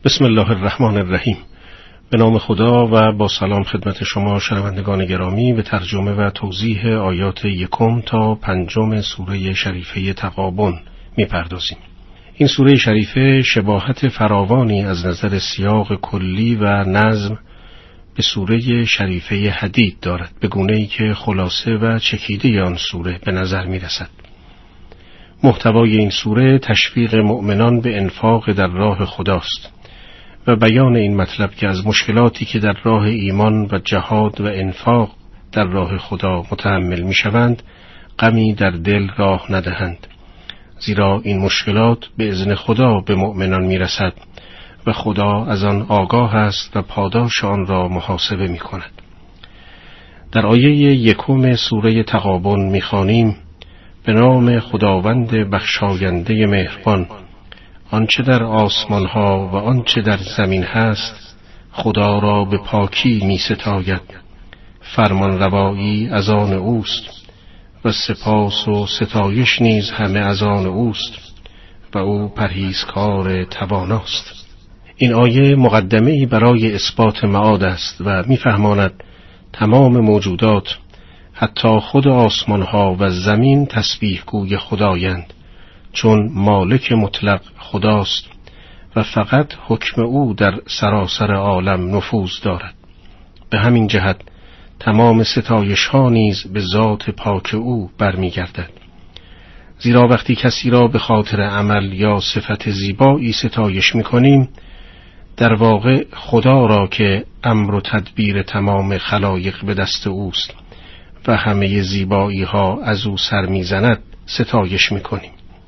بسم الله الرحمن الرحیم. به نام خدا و با سلام خدمت شما شنوندگان گرامی به ترجمه و توضیح آیات 1 تا 5 سوره شریفه تغابن می‌پردازیم. این سوره شریفه شباهت فراوانی از نظر سیاق کلی و نظم به سوره شریفه حدید دارد، به گونه‌ای که خلاصه و چکیده آن سوره به نظر می‌رسد. محتوای این سوره تشویق مؤمنان به انفاق در راه خداست و بیان این مطلب که از مشکلاتی که در راه ایمان و جهاد و انفاق در راه خدا متحمل می‌شوند غمی در دل راه ندهند، زیرا این مشکلات به اذن خدا به مؤمنان می‌رسد و خدا از آن آگاه است و پاداش آن را محاسبه می‌کند. در آیه 1 سوره تغابن می‌خوانیم: به نام خداوند بخشاینده مهربان، آنچه در آسمان ها و آنچه در زمین هست خدا را به پاکی می ستاید. فرمان روایی از آن اوست و سپاس و ستایش نیز همه از آن اوست و او پرهیزکار تواناست. این آیه مقدمه‌ای برای اثبات معاد است و می‌فهماند تمام موجودات، حتی خود آسمان ها و زمین تسبیح گوی خدایند، چون مالک مطلق خداست و فقط حکم او در سراسر عالم نفوذ دارد. به همین جهت تمام ستایش ها نیز به ذات پاک او برمیگردد، زیرا وقتی کسی را به خاطر عمل یا صفت زیبایی ستایش می‌کنیم، در واقع خدا را که امر و تدبیر تمام خلایق به دست اوست و همه زیبایی ها از او سر می‌زند ستایش می‌کنیم.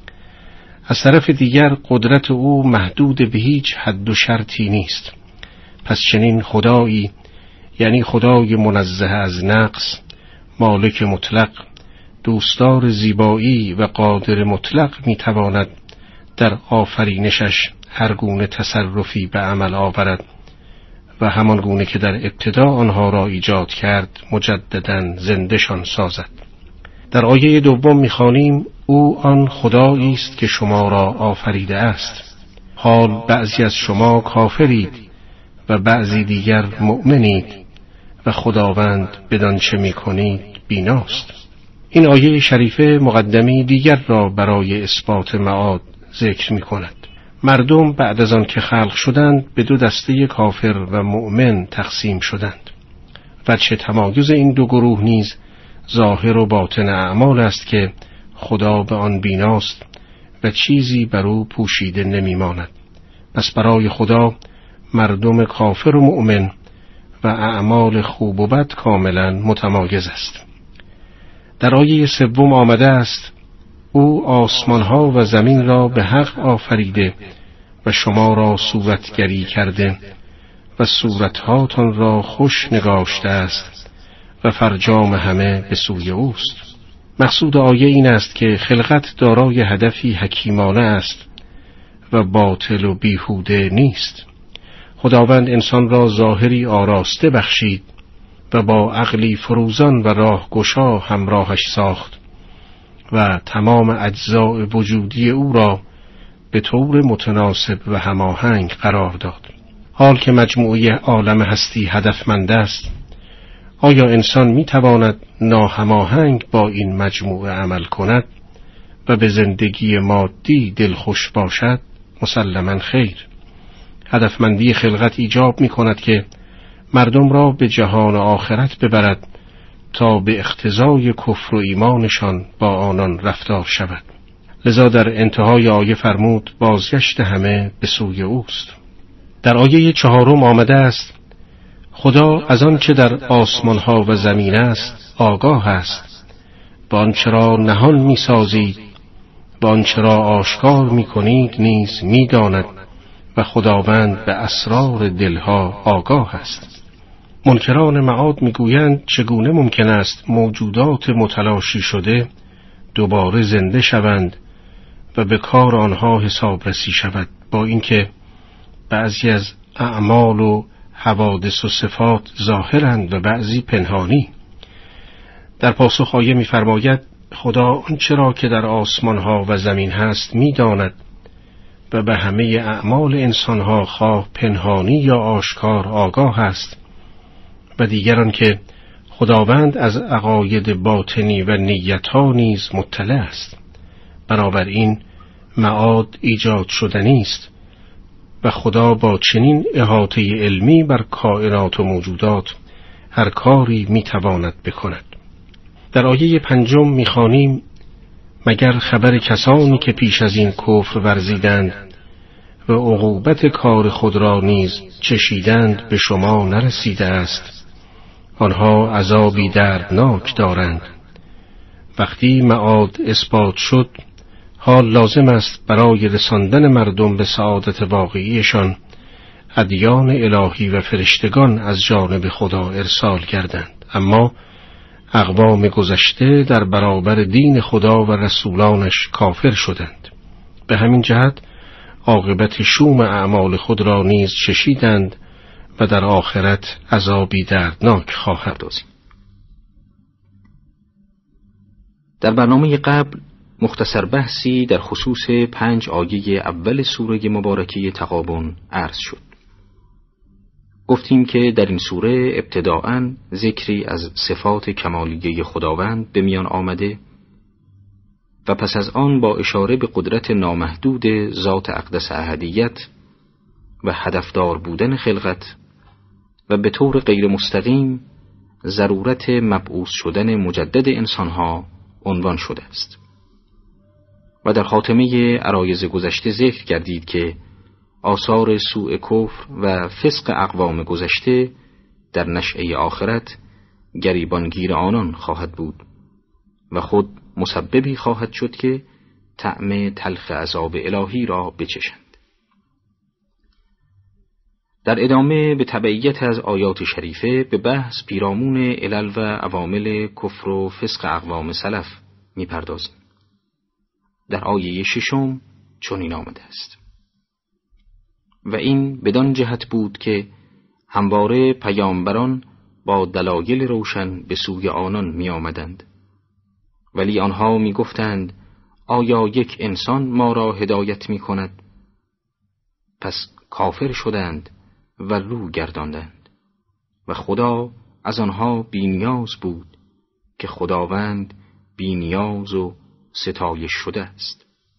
از طرف دیگر قدرت او محدود به هیچ حد و شرطی نیست. پس چنین خدایی، یعنی خدای منزه از نقص، مالک مطلق، دوستدار زیبایی و قادر مطلق میتواند در آفرینشش هر گونه تصرفی به عمل آورد و همان گونه که در ابتدا آنها را ایجاد کرد مجدداً زنده‌شان سازد. در آیه 2 می‌خوانیم: او آن خدایی است که شما را آفریده است. حال بعضی از شما کافرید و بعضی دیگر مؤمنید و خداوند بدان چه می‌کنید بیناست. این آیه شریفه مقدمه دیگر را برای اثبات معاد ذکر می‌کند. مردم بعد از آن که خلق شدند به 2 دسته کافر و مؤمن تقسیم شدند. وجه تمایز این 2 گروه نیز ظاهر و باطن اعمال است که خدا به آن بیناست و چیزی بر او پوشیده نمی‌ماند. پس برای خدا مردم کافر و مؤمن و اعمال خوب و بد کاملا متمایز است. در آیه 3 آمده است: او آسمان‌ها و زمین را به حق آفریده و شما را صورتگری کرده و صورتهاتان را خوش نگاشته است و فرجام همه به سوی اوست. مقصود آیه این است که خلقت دارای هدفی حکیمانه است و باطل و بیهوده نیست. خداوند انسان را ظاهری آراسته بخشید و با عقلی فروزان و راهگشا همراهش ساخت و تمام اجزاء وجودی او را به طور متناسب و هماهنگ قرار داد. حال که مجموعه عالم هستی هدفمند است، آیا انسان میتواند ناهماهنگ با این مجموعه عمل کند و به زندگی مادی دلخوش باشد؟ مسلماً خیر. هدفمندی خلقت ایجاب میکند که مردم را به جهان آخرت ببرد تا به اقتضای کفر و ایمانشان با آنان رفتار شود. لذا در انتهای آیه فرمود: بازگشت همه به سوی اوست. در آیه 4 آمده است: خدا از آن چه در آسمان ها و زمین است آگاه است و آنچه را نهان می سازید و آنچه را آشکار می کنید نیز می داند و خداوند به اسرار دلها آگاه است. منکران معاد می گویند چگونه ممکن است موجودات متلاشی شده دوباره زنده شوند و به کار آنها حسابرسی شود، با اینکه بعضی از اعمال و حوادث و صفات ظاهرند و بعضی پنهانی. در پاسخ آیه می‌فرماید: خدا آنچه را که در آسمان ها و زمین هست می‌داند و به همه اعمال انسانها خواه پنهانی یا آشکار آگاه است و دیگران که خداوند از عقاید باطنی و نیتها نیز مطلع است. بنابراین معاد ایجاد شدنی است و خدا با چنین احاطه علمی بر کائنات و موجودات هر کاری میتواند بکند. در آیه 5 میخوانیم: مگر خبر کسانی که پیش از این کفر ورزیدند و عقوبت کار خود را نیز چشیدند به شما نرسیده است؟ آنها عذابی دردناک دارند. وقتی معاد اثبات شد، حال لازم است برای رساندن مردم به سعادت واقعیشان ادیان الهی و فرشتگان از جانب خدا ارسال کردند. اما اقوام گذشته در برابر دین خدا و رسولانش کافر شدند. به همین جهت عاقبت شوم اعمال خود را نیز چشیدند و در آخرت عذابی دردناک خواهد بود. در برنامه قبل مختصر بحثی در خصوص 5 آیه اول سوره مبارکه تغابن عرض شد. گفتیم که در این سوره ابتداءً ذکری از صفات کمالیه خداوند به میان آمده و پس از آن با اشاره به قدرت نامحدود ذات اقدس احدیت و هدفدار بودن خلقت و به طور غیر مستقیم ضرورت مبعوث شدن مجدد انسانها عنوان شده است. و در خاتمه عرایض گذشته ذکر کردید که آثار سوء کفر و فسق اقوام گذشته در نشأه آخرت گریبانگیر آنان خواهد بود و خود مسببی خواهد شد که طعم تلخ عذاب الهی را بچشند. در ادامه به تبعیت از آیات شریفه به بحث پیرامون علل و عوامل کفر و فسق اقوام سلف می‌پردازیم. در آیه 6 چنین آمده است: و این بدان جهت بود که همواره پیامبران با دلایل روشن به سوی آنان می آمدند، ولی آنها می گفتند آیا یک انسان ما را هدایت می کند؟ پس کافر شدند و رو گرداندند و خدا از آنها بی‌نیاز بود که خداوند بی‌نیاز و ستایش شده است.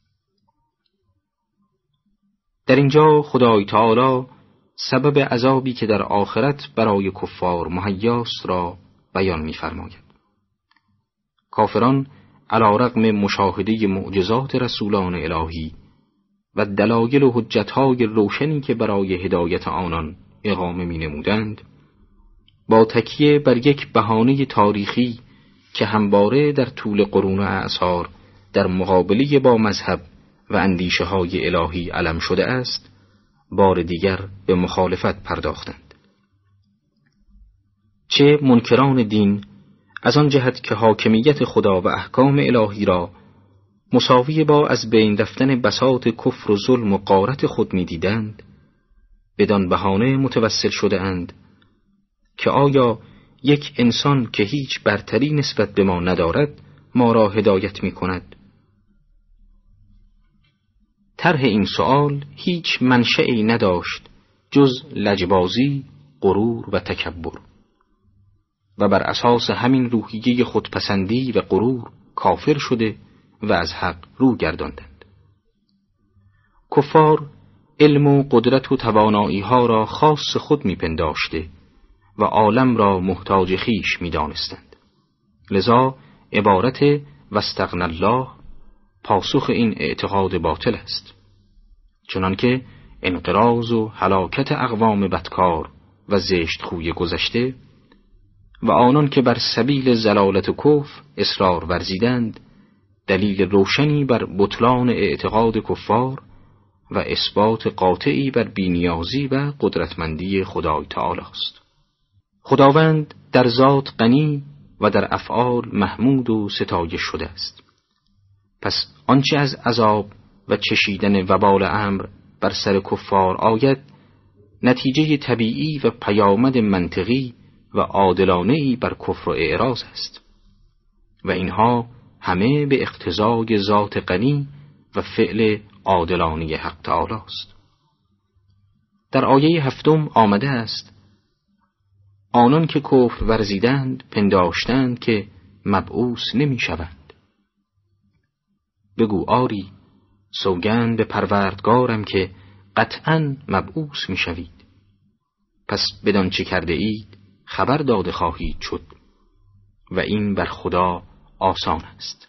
در اینجا خدای تعالی سبب عذابی که در آخرت برای کفار مهیاست را بیان می‌فرماید. کافران علی رغم مشاهده معجزات رسولان الهی و دلایل و حجت‌های روشنی که برای هدایت آنان اقامه می‌نمودند، با تکیه بر یک بهانه تاریخی که همواره در طول قرون و اعصار در مقابله با مذهب و اندیشه های الهی علم شده است، بار دیگر به مخالفت پرداختند. چه منکران دین از آن جهت که حاکمیت خدا و احکام الهی را مساوی با از بین رفتن بساط کفر و ظلم و غارت خود می دیدند، بدان بهانه متوسل شده اند که آیا یک انسان که هیچ برتری نسبت به ما ندارد ما را هدایت می کند؟ طرح این سؤال هیچ منشأی نداشت جز لجبازی، غرور و تکبر، و بر اساس همین روحیه خودپسندی و غرور کافر شده و از حق رو گرداندند. کفار علم و قدرت و توانایی ها را خاص خود میپنداشته و عالم را محتاج خیش میدانستند. لذا عبارت واستغنى الله پاسخ این اعتقاد باطل است، چنانکه انقراض و هلاکت اقوام بدکار و زشت خوی گذشته و آنان که بر سبیل ضلالت و کفر اصرار ورزیدند دلیل روشنی بر بطلان اعتقاد کفار و اثبات قاطعی بر بی‌نیازی و قدرتمندی خدای تعالی است. خداوند در ذات غنی و در افعال محمود و ستایش شده است. پس آنچه از عذاب و چشیدن وبال امر بر سر کفار آید نتیجه طبیعی و پیامد منطقی و عادلانه‌ای بر کفر و اعراض است و اینها همه به اقتضای ذات غنی و فعل عادلانه حق تعالی است. در آیه 7 آمده است: آنان که کفر ورزیدند پنداشتند که مبعوث نمی شوند. بگو آری، سوگند به پروردگارم که قطعاً مبعوث می شوید. پس بدان چه کرده اید خبر داده خواهید شد و این بر خدا آسان است.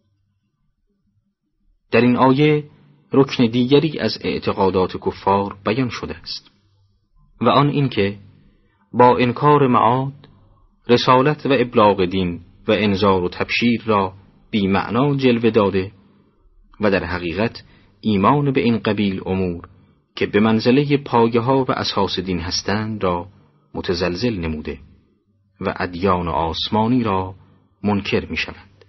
در این آیه رکن دیگری از اعتقادات کفار بیان شده است و آن این که با انکار معاد، رسالت و ابلاغ دین و انذار و تبشیر را بی معنا جلوه داده و در حقیقت ایمان به این قبیل امور که به منزله پایه ها و اساس دین هستند را متزلزل نموده و ادیان آسمانی را منکر می شوند.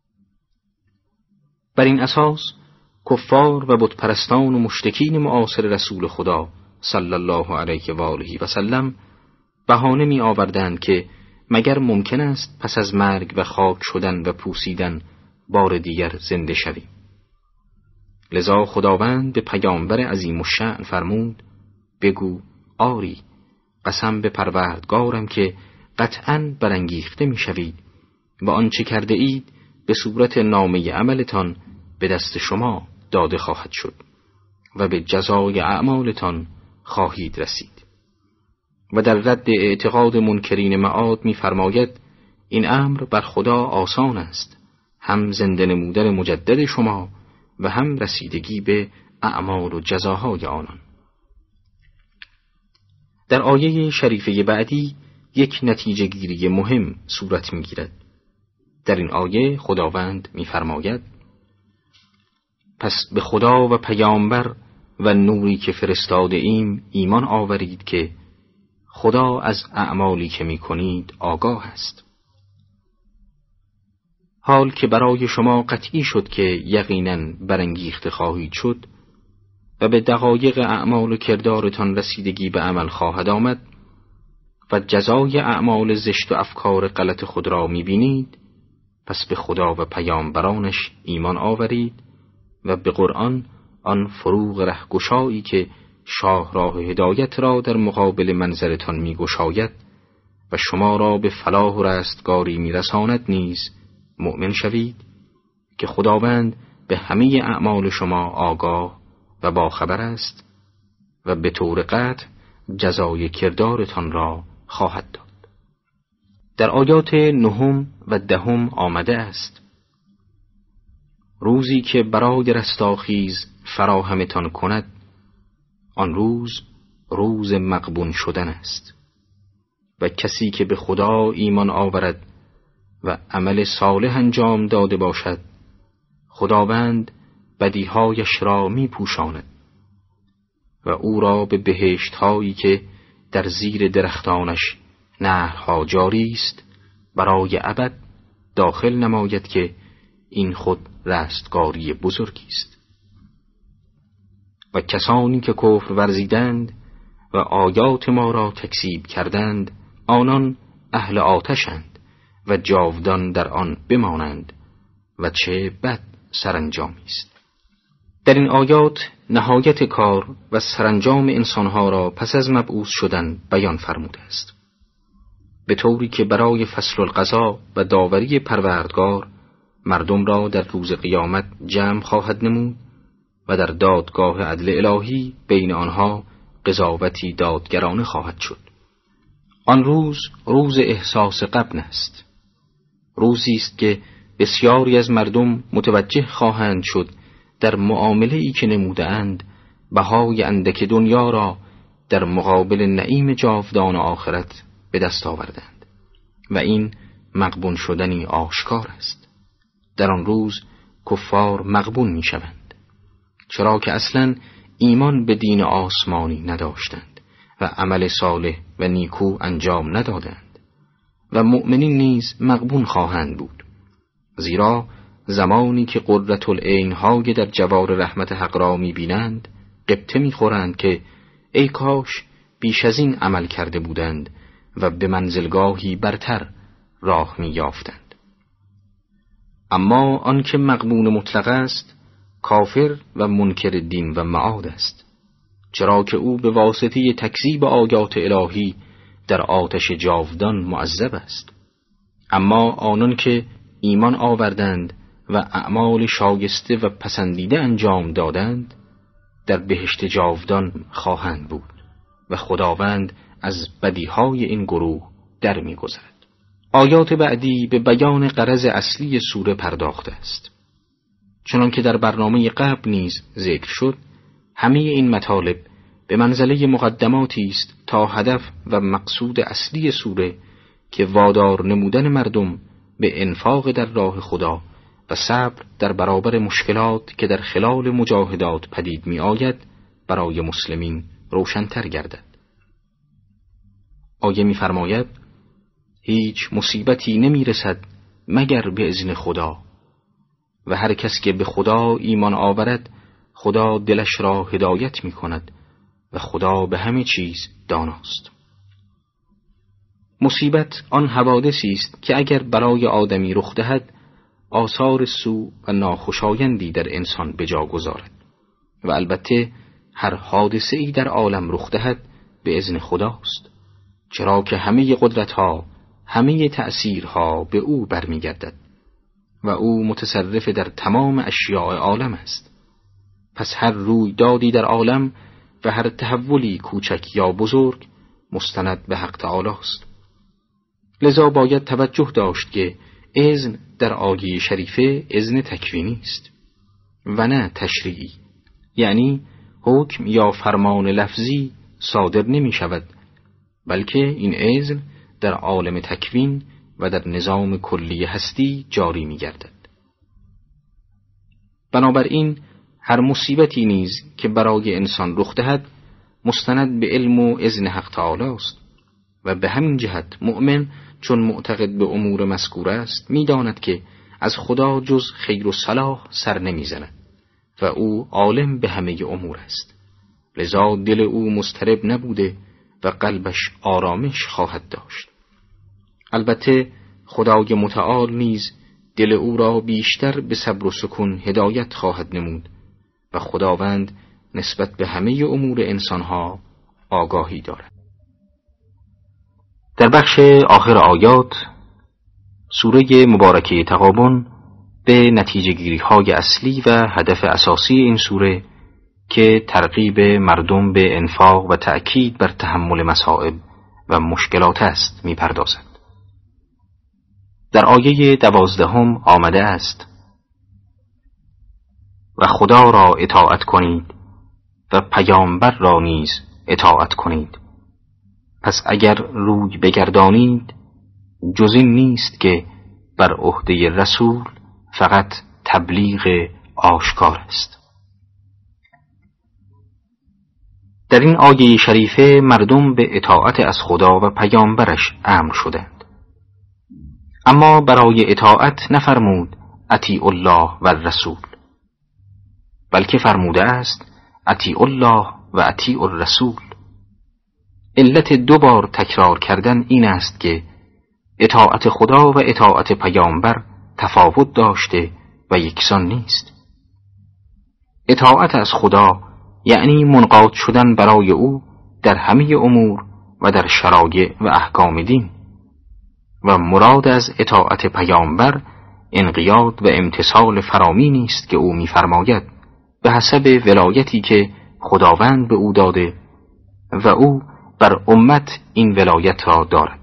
بر این اساس کفار و بت پرستان و مشرکین معاصر رسول خدا صلی الله علیه و آله و سلم بهانه می آوردند که مگر ممکن است پس از مرگ و خاک شدن و پوسیدن بار دیگر زنده شویم. لذا خداوند به پیامبر عظیم الشأن فرمود: بگو آری، قسم به پروردگارم که قطعاً برانگیخته می شوید و آنچه کرده اید به صورت نامه عملتان به دست شما داده خواهد شد و به جزای اعمالتان خواهید رسید. و در رد اعتقاد منکرین معاد می فرماید: این امر بر خدا آسان است، هم زنده نمودن مجدد شما و هم رسیدگی به اعمال و جزاهای آنان. در آیه شریفه بعدی یک نتیجه گیری مهم صورت می گیرد. در این آیه خداوند می فرماید: پس به خدا و پیامبر و نوری که فرستاده ایم ایمان آورید که خدا از اعمالی که می کنید آگاه است. حال که برای شما قطعی شد که یقیناً برانگیخته خواهید شد و به دقایق اعمال و کردارتان رسیدگی به عمل خواهد آمد و جزای اعمال زشت و افکار غلط خود را می بینید، پس به خدا و پیامبرانش ایمان آورید و به قرآن، آن فروغ رهگشایی که شاه راه هدایت را در مقابل منظرتان می گشاید و شما را به فلاح و رستگاری می رساند نیز مؤمن شوید که خداوند به همه اعمال شما آگاه و باخبر است و به طور قطع جزای کردارتان را خواهد داد. در آیات 9 و 10 آمده است: روزی که برای رستاخیز فراهمتان کند، آن روز روز مغبون شدن است و کسی که به خدا ایمان آورد و عمل صالح انجام داده باشد، خداوند بدیهایش را می پوشاند و او را به بهشت هایی که در زیر درختانش نهرها جاری است برای ابد داخل نماید که این خود رستگاری بزرگی است. و کسانی که کفر ورزیدند و آیات ما را تکذیب کردند، آنان اهل آتشند و جاودان در آن بمانند و چه بد سرانجامی است. در این آیات نهایت کار و سرانجام انسانها را پس از مبعوث شدن بیان فرموده است، به طوری که برای فصل القضا و داوری پروردگار مردم را در روز قیامت جمع خواهد نمود و در دادگاه عدل الهی بین آنها قضاوتی دادگرانه خواهد شد. آن روز روز احساس غبن است، روزی است که بسیاری از مردم متوجه خواهند شد در معامله‌ای که نموده‌اند بهای اندک دنیا را در مقابل نعیم جاودان آخرت به دست آوردند و این مغبون شدنی آشکار است. در آن روز کفار مغبون می شوند، چرا که اصلاً ایمان به دین آسمانی نداشتند و عمل صالح و نیکو انجام ندادند و مؤمنین نیز مغبون خواهند بود، زیرا زمانی که قرة العین‌های در جوار رحمت حق را می بینند غبطه می خورند که ای کاش بیش از این عمل کرده بودند و به منزلگاهی برتر راه می یافتند. اما آن که مغبون مطلق است کافر و منکر دین و معاد است، چرا که او به واسطه تکذیب آیات الهی در آتش جاودان معذب است. اما آنان که ایمان آوردند و اعمال شایسته و پسندیده انجام دادند در بهشت جاودان خواهند بود و خداوند از بدیهای این گروه در می‌گذرد. آیات بعدی به بیان غرض اصلی سوره پرداخته است. چنانکه در برنامه قبل نیز ذکر شد، همه این مطالب به منزله مقدماتی است تا هدف و مقصود اصلی سوره که وادار نمودن مردم به انفاق در راه خدا و صبر در برابر مشکلات که در خلال مجاهدات پدید می آید برای مسلمین روشن‌تر گردد. آیه می فرماید: هیچ مصیبتی نمی رسد مگر به اذن خدا و هر کس که به خدا ایمان آورد خدا دلش را هدایت می کند و خدا به همه چیز داناست. مصیبت آن حوادثی است که اگر برای آدمی رخ دهد آثار سوء و ناخوشایندی در انسان به جا گذارد و البته هر حادثه‌ای در عالم رخ دهد به اذن خداست، چرا که همه قدرت‌ها، همه تأثیرها به او برمیگردد و او متصرف در تمام اشیاء عالم است. پس هر روی دادی در عالم و هر تحولی کوچک یا بزرگ مستند به حق تعالی است. لذا باید توجه داشت که اذن در آیه شریفه اذن تکوینی است و نه تشریعی، یعنی حکم یا فرمان لفظی صادر نمی شود، بلکه این اذن در عالم تکوین و در نظام کلی هستی جاری می گردد. بنابراین هر مصیبتی نیز که برای انسان رخ دهد مستند به علم و اذن حق تعالی است و به همین جهت مؤمن چون معتقد به امور مذکوره است می‌داند که از خدا جز خیر و صلاح سر نمی‌زند و او عالم به همه امور است. لذا دل او مضطرب نبوده و قلبش آرامش خواهد داشت. البته خدای متعال نیز دل او را بیشتر به صبر و سکون هدایت خواهد نمود و خداوند نسبت به همه امور انسانها آگاهی دارد. در بخش آخر آیات سوره مبارکه تغابن به نتیجه گیری های اصلی و هدف اساسی این سوره که ترغیب مردم به انفاق و تأکید بر تحمل مصائب و مشکلات است می‌پردازد. در آیه 12 آمده است: و خدا را اطاعت کنید و پیامبر را نیز اطاعت کنید، پس اگر روی بگردانید جز این نیست که بر عهده رسول فقط تبلیغ آشکار است. در این آیه شریفه مردم به اطاعت از خدا و پیامبرش امر شدند، اما برای اطاعت نفرمود اطیعوا الله و الرسول، بلکه فرموده است اطیعوا الله و اطیعوا الرسول. علت 2 بار تکرار کردن این است که اطاعت خدا و اطاعت پیامبر تفاوت داشته و یکسان نیست. اطاعت از خدا یعنی منقاد شدن برای او در همه امور و در شرایع و احکام دین، و مراد از اطاعت پیامبر انقیاد و امتثال فرامینی است که او می‌فرماید به حسب ولایتی که خداوند به او داده و او بر امت این ولایت را دارد.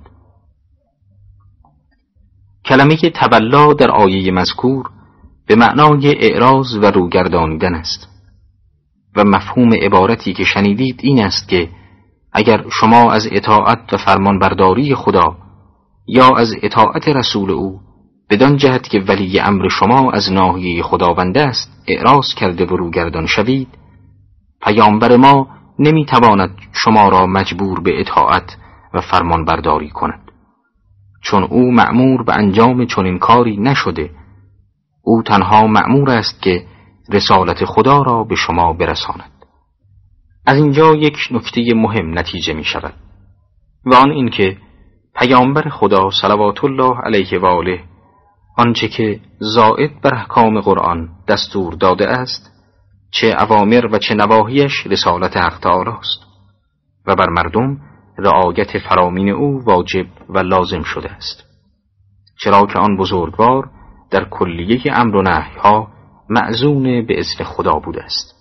کلمه تبلا در آیه مذکور به معنای اعراض و روگردانیدن است و مفهوم عبارتی که شنیدید این است که اگر شما از اطاعت و فرمانبرداری خدا یا از اطاعت رسول او بدان جهت که ولی امر شما از ناحیه خداوند است اعراض کرده و روگردان شوید، پیامبر ما نمیتواند شما را مجبور به اطاعت و فرمانبرداری کند، چون او مأمور به انجام چنین کاری نشده. او تنها مأمور است که رسالت خدا را به شما برساند. از اینجا یک نکته مهم نتیجه می شود و آن این که پیامبر خدا صلوات الله علیه و آله آنچه که زائد بر احکام قرآن دستور داده است، چه اوامر و چه نواهیش رسالت حق تعالی است و بر مردم رعایت فرامین او واجب و لازم شده است، چرا که آن بزرگوار در کلیه امر و نهی‌ها معزون به اذن خدا بوده است.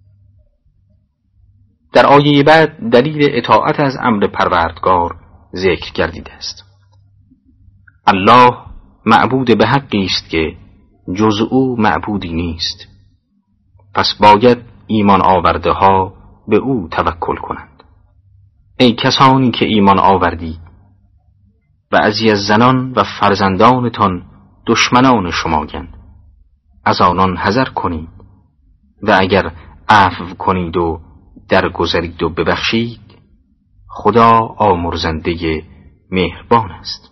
در آیه بعد دلیل اطاعت از امر پروردگار ذکر گردیده است. الله معبود به حقی است که جز او معبودی نیست، پس باید ایمان آورده ها به او توکل کنند. ای کسانی که ایمان آوردید، بعضی از زنان و فرزندانتان دشمنان شمایند، از آنان حذر کنید و اگر عفو کنید و درگذرید و ببخشید، خدا آمرزنده مهربان است.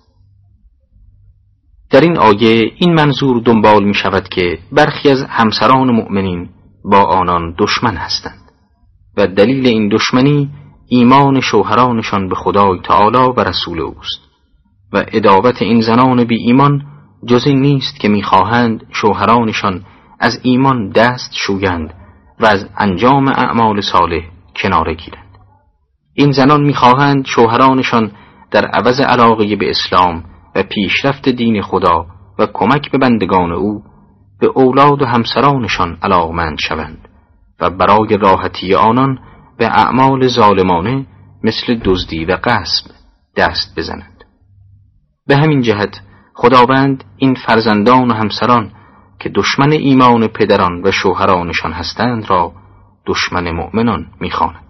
در این آیه این منظور دنبال می شود که برخی از همسران مؤمنین با آنان دشمن هستند و دلیل این دشمنی ایمان شوهرانشان به خدای تعالی و رسول اوست و عداوت این زنان بی ایمان جز این نیست که می‌خواهند شوهرانشان از ایمان دست شویند و از انجام اعمال صالح کناره گیرند. این زنان می‌خواهند شوهرانشان در عوض علاقه به اسلام و پیشرفت دین خدا و کمک به بندگان او به اولاد و همسرانشان علاقمند شوند و برای راحتی آنان به اعمال ظالمانه مثل دزدی و غصب دست بزنند. به همین جهت خداوند این فرزندان و همسران که دشمن ایمان پدران و شوهرانشان هستند را دشمن مؤمنان می‌خواند.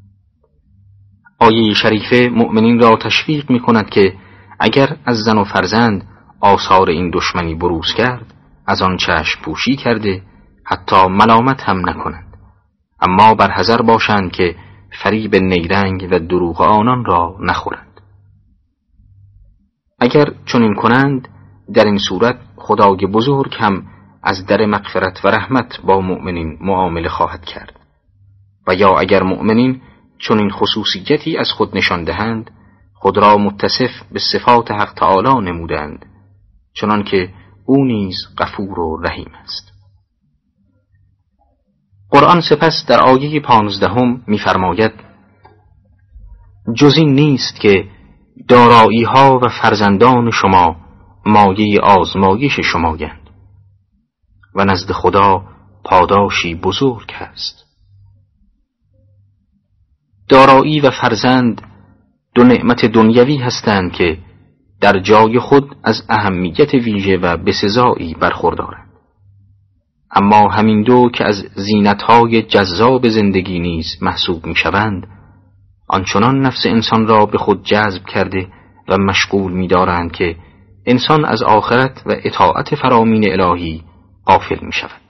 آیه شریفه مؤمنین را تشویق می‌کند که اگر از زن و فرزند آثار این دشمنی بروز کرد، از آن چشم پوشی کرده حتی ملامت هم نکنند، اما بر حذر باشند که فریب نیرنگ و دروغ آنان را نخورند. اگر چنین کنند، در این صورت خدای بزرگ هم از در مغفرت و رحمت با مؤمنین معامله خواهد کرد. و یا اگر مؤمنین چنین خصوصیتی از خود نشان دهند، خود را متصف به صفات حق تعالی نمودند، چنان که او نیز غفور و رحیم است. قرآن سپس در آیه 15 می‌فرماید: جز این نیست که دارایی ها و فرزندان شما مایه آزمایش شمایند و نزد خدا پاداشی بزرگ هست. دارایی و فرزند دو نعمت دنیوی هستند که در جای خود از اهمیت ویژه و بسزایی برخوردارند، اما همین دو که از زینت‌های جذاب زندگی نیز محسوب می‌شوند، آنچنان نفس انسان را به خود جذب کرده و مشغول می‌دارند که انسان از آخرت و اطاعت فرامین الهی غافل می‌شود.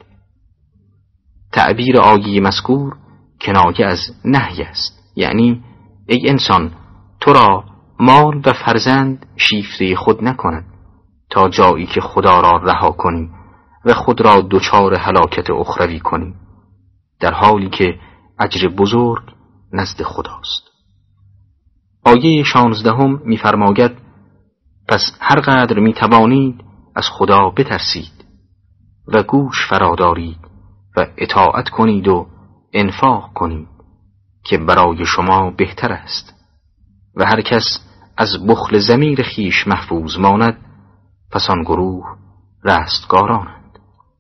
تعبیر آیه مذکور کنایه از نهی است، یعنی ای انسان، تو را مال و فرزند شیفته خود نکند تا جایی که خدا را رها کنی و خود را دچار هلاکت اخروی کنی، در حالی که اجر بزرگ نزد خداست. آیه 16 می‌فرماید: پس هر قدر می‌توانید از خدا بترسید و گوش فرادارید و اطاعت کنید و انفاق کنید که برای شما بهتر است، و هر کس از بخل ضمیر خیش محفوظ ماند، پس آن گروه رستگارانند.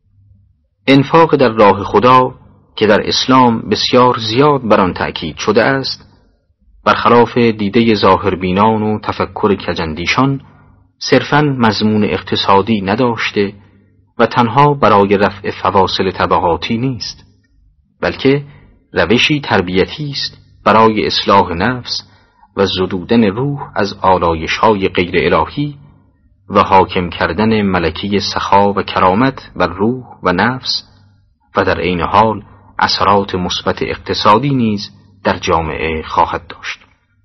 انفاق در راه خدا که در اسلام بسیار زیاد بر آن تأکید شده است، برخلاف دیده ظاهربینان و تفکر کجندیشان صرفاً مضمون اقتصادی نداشته و تنها برای رفع فواصل طبقاتی نیست، بلکه روشی تربیتی است برای اصلاح نفس و زدودن روح از آلایش‌های غیر الهی و حاکم کردن ملکی سخا و کرامت بر روح و نفس، و در عین حال اثرات مثبت اقتصادی نیز در جامعه خواهد داشت.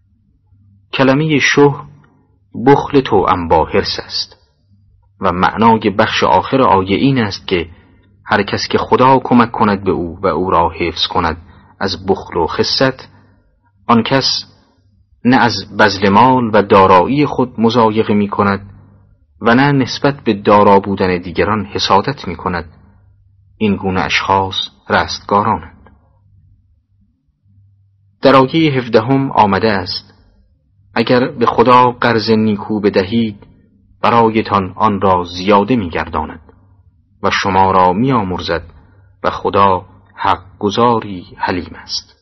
کلمه شح بخل توأم با حرص است و معنای بخش آخر آیه این است که هر کس که خدا کمک کند به او و او را حفظ کند از بخل و خست، آن کس نه از بذل مال و دارایی خود مضایقه می کند و نه نسبت به دارا بودن دیگران حسادت می کند. این گونه اشخاص رستگارانند. در آیه 17 آمده است: اگر به خدا قرض نیکو بدهید برایتان آن را زیاده می گرداند و شما را می آمرزد و خدا حق گزاری حلیم است.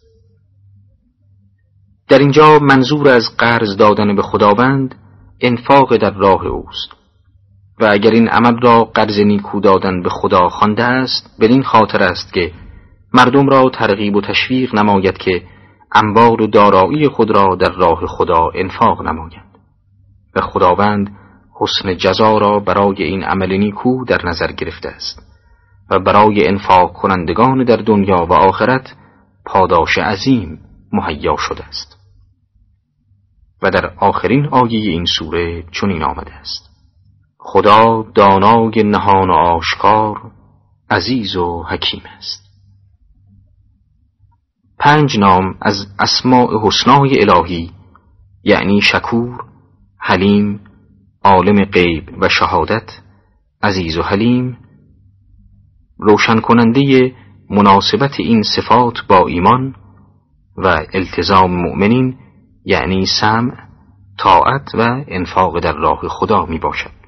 در اینجا منظور از قرض دادن به خداوند انفاق در راه اوست و اگر این عمل را قرض نیکو دادن به خدا خوانده است بدین خاطر است که مردم را ترغیب و تشویق نماید که انبار و دارایی خود را در راه خدا انفاق نمایند و خداوند حسن جزا را برای این عمل نیکو در نظر گرفته است و برای انفاق کنندگان در دنیا و آخرت پاداش عظیم مهیا شده است. و در آخرین آیه این سوره چنین آمده است: خدا دانای نهان و آشکار، عزیز و حکیم است. 5 نام از اسماء حسنای الهی یعنی شکور، حلیم، عالم غیب و شهادت، عزیز و حلیم، روشن کننده مناسبت این صفات با ایمان و التزام مؤمنین یعنی سمع، طاعت و انفاق در راه خدا می باشد.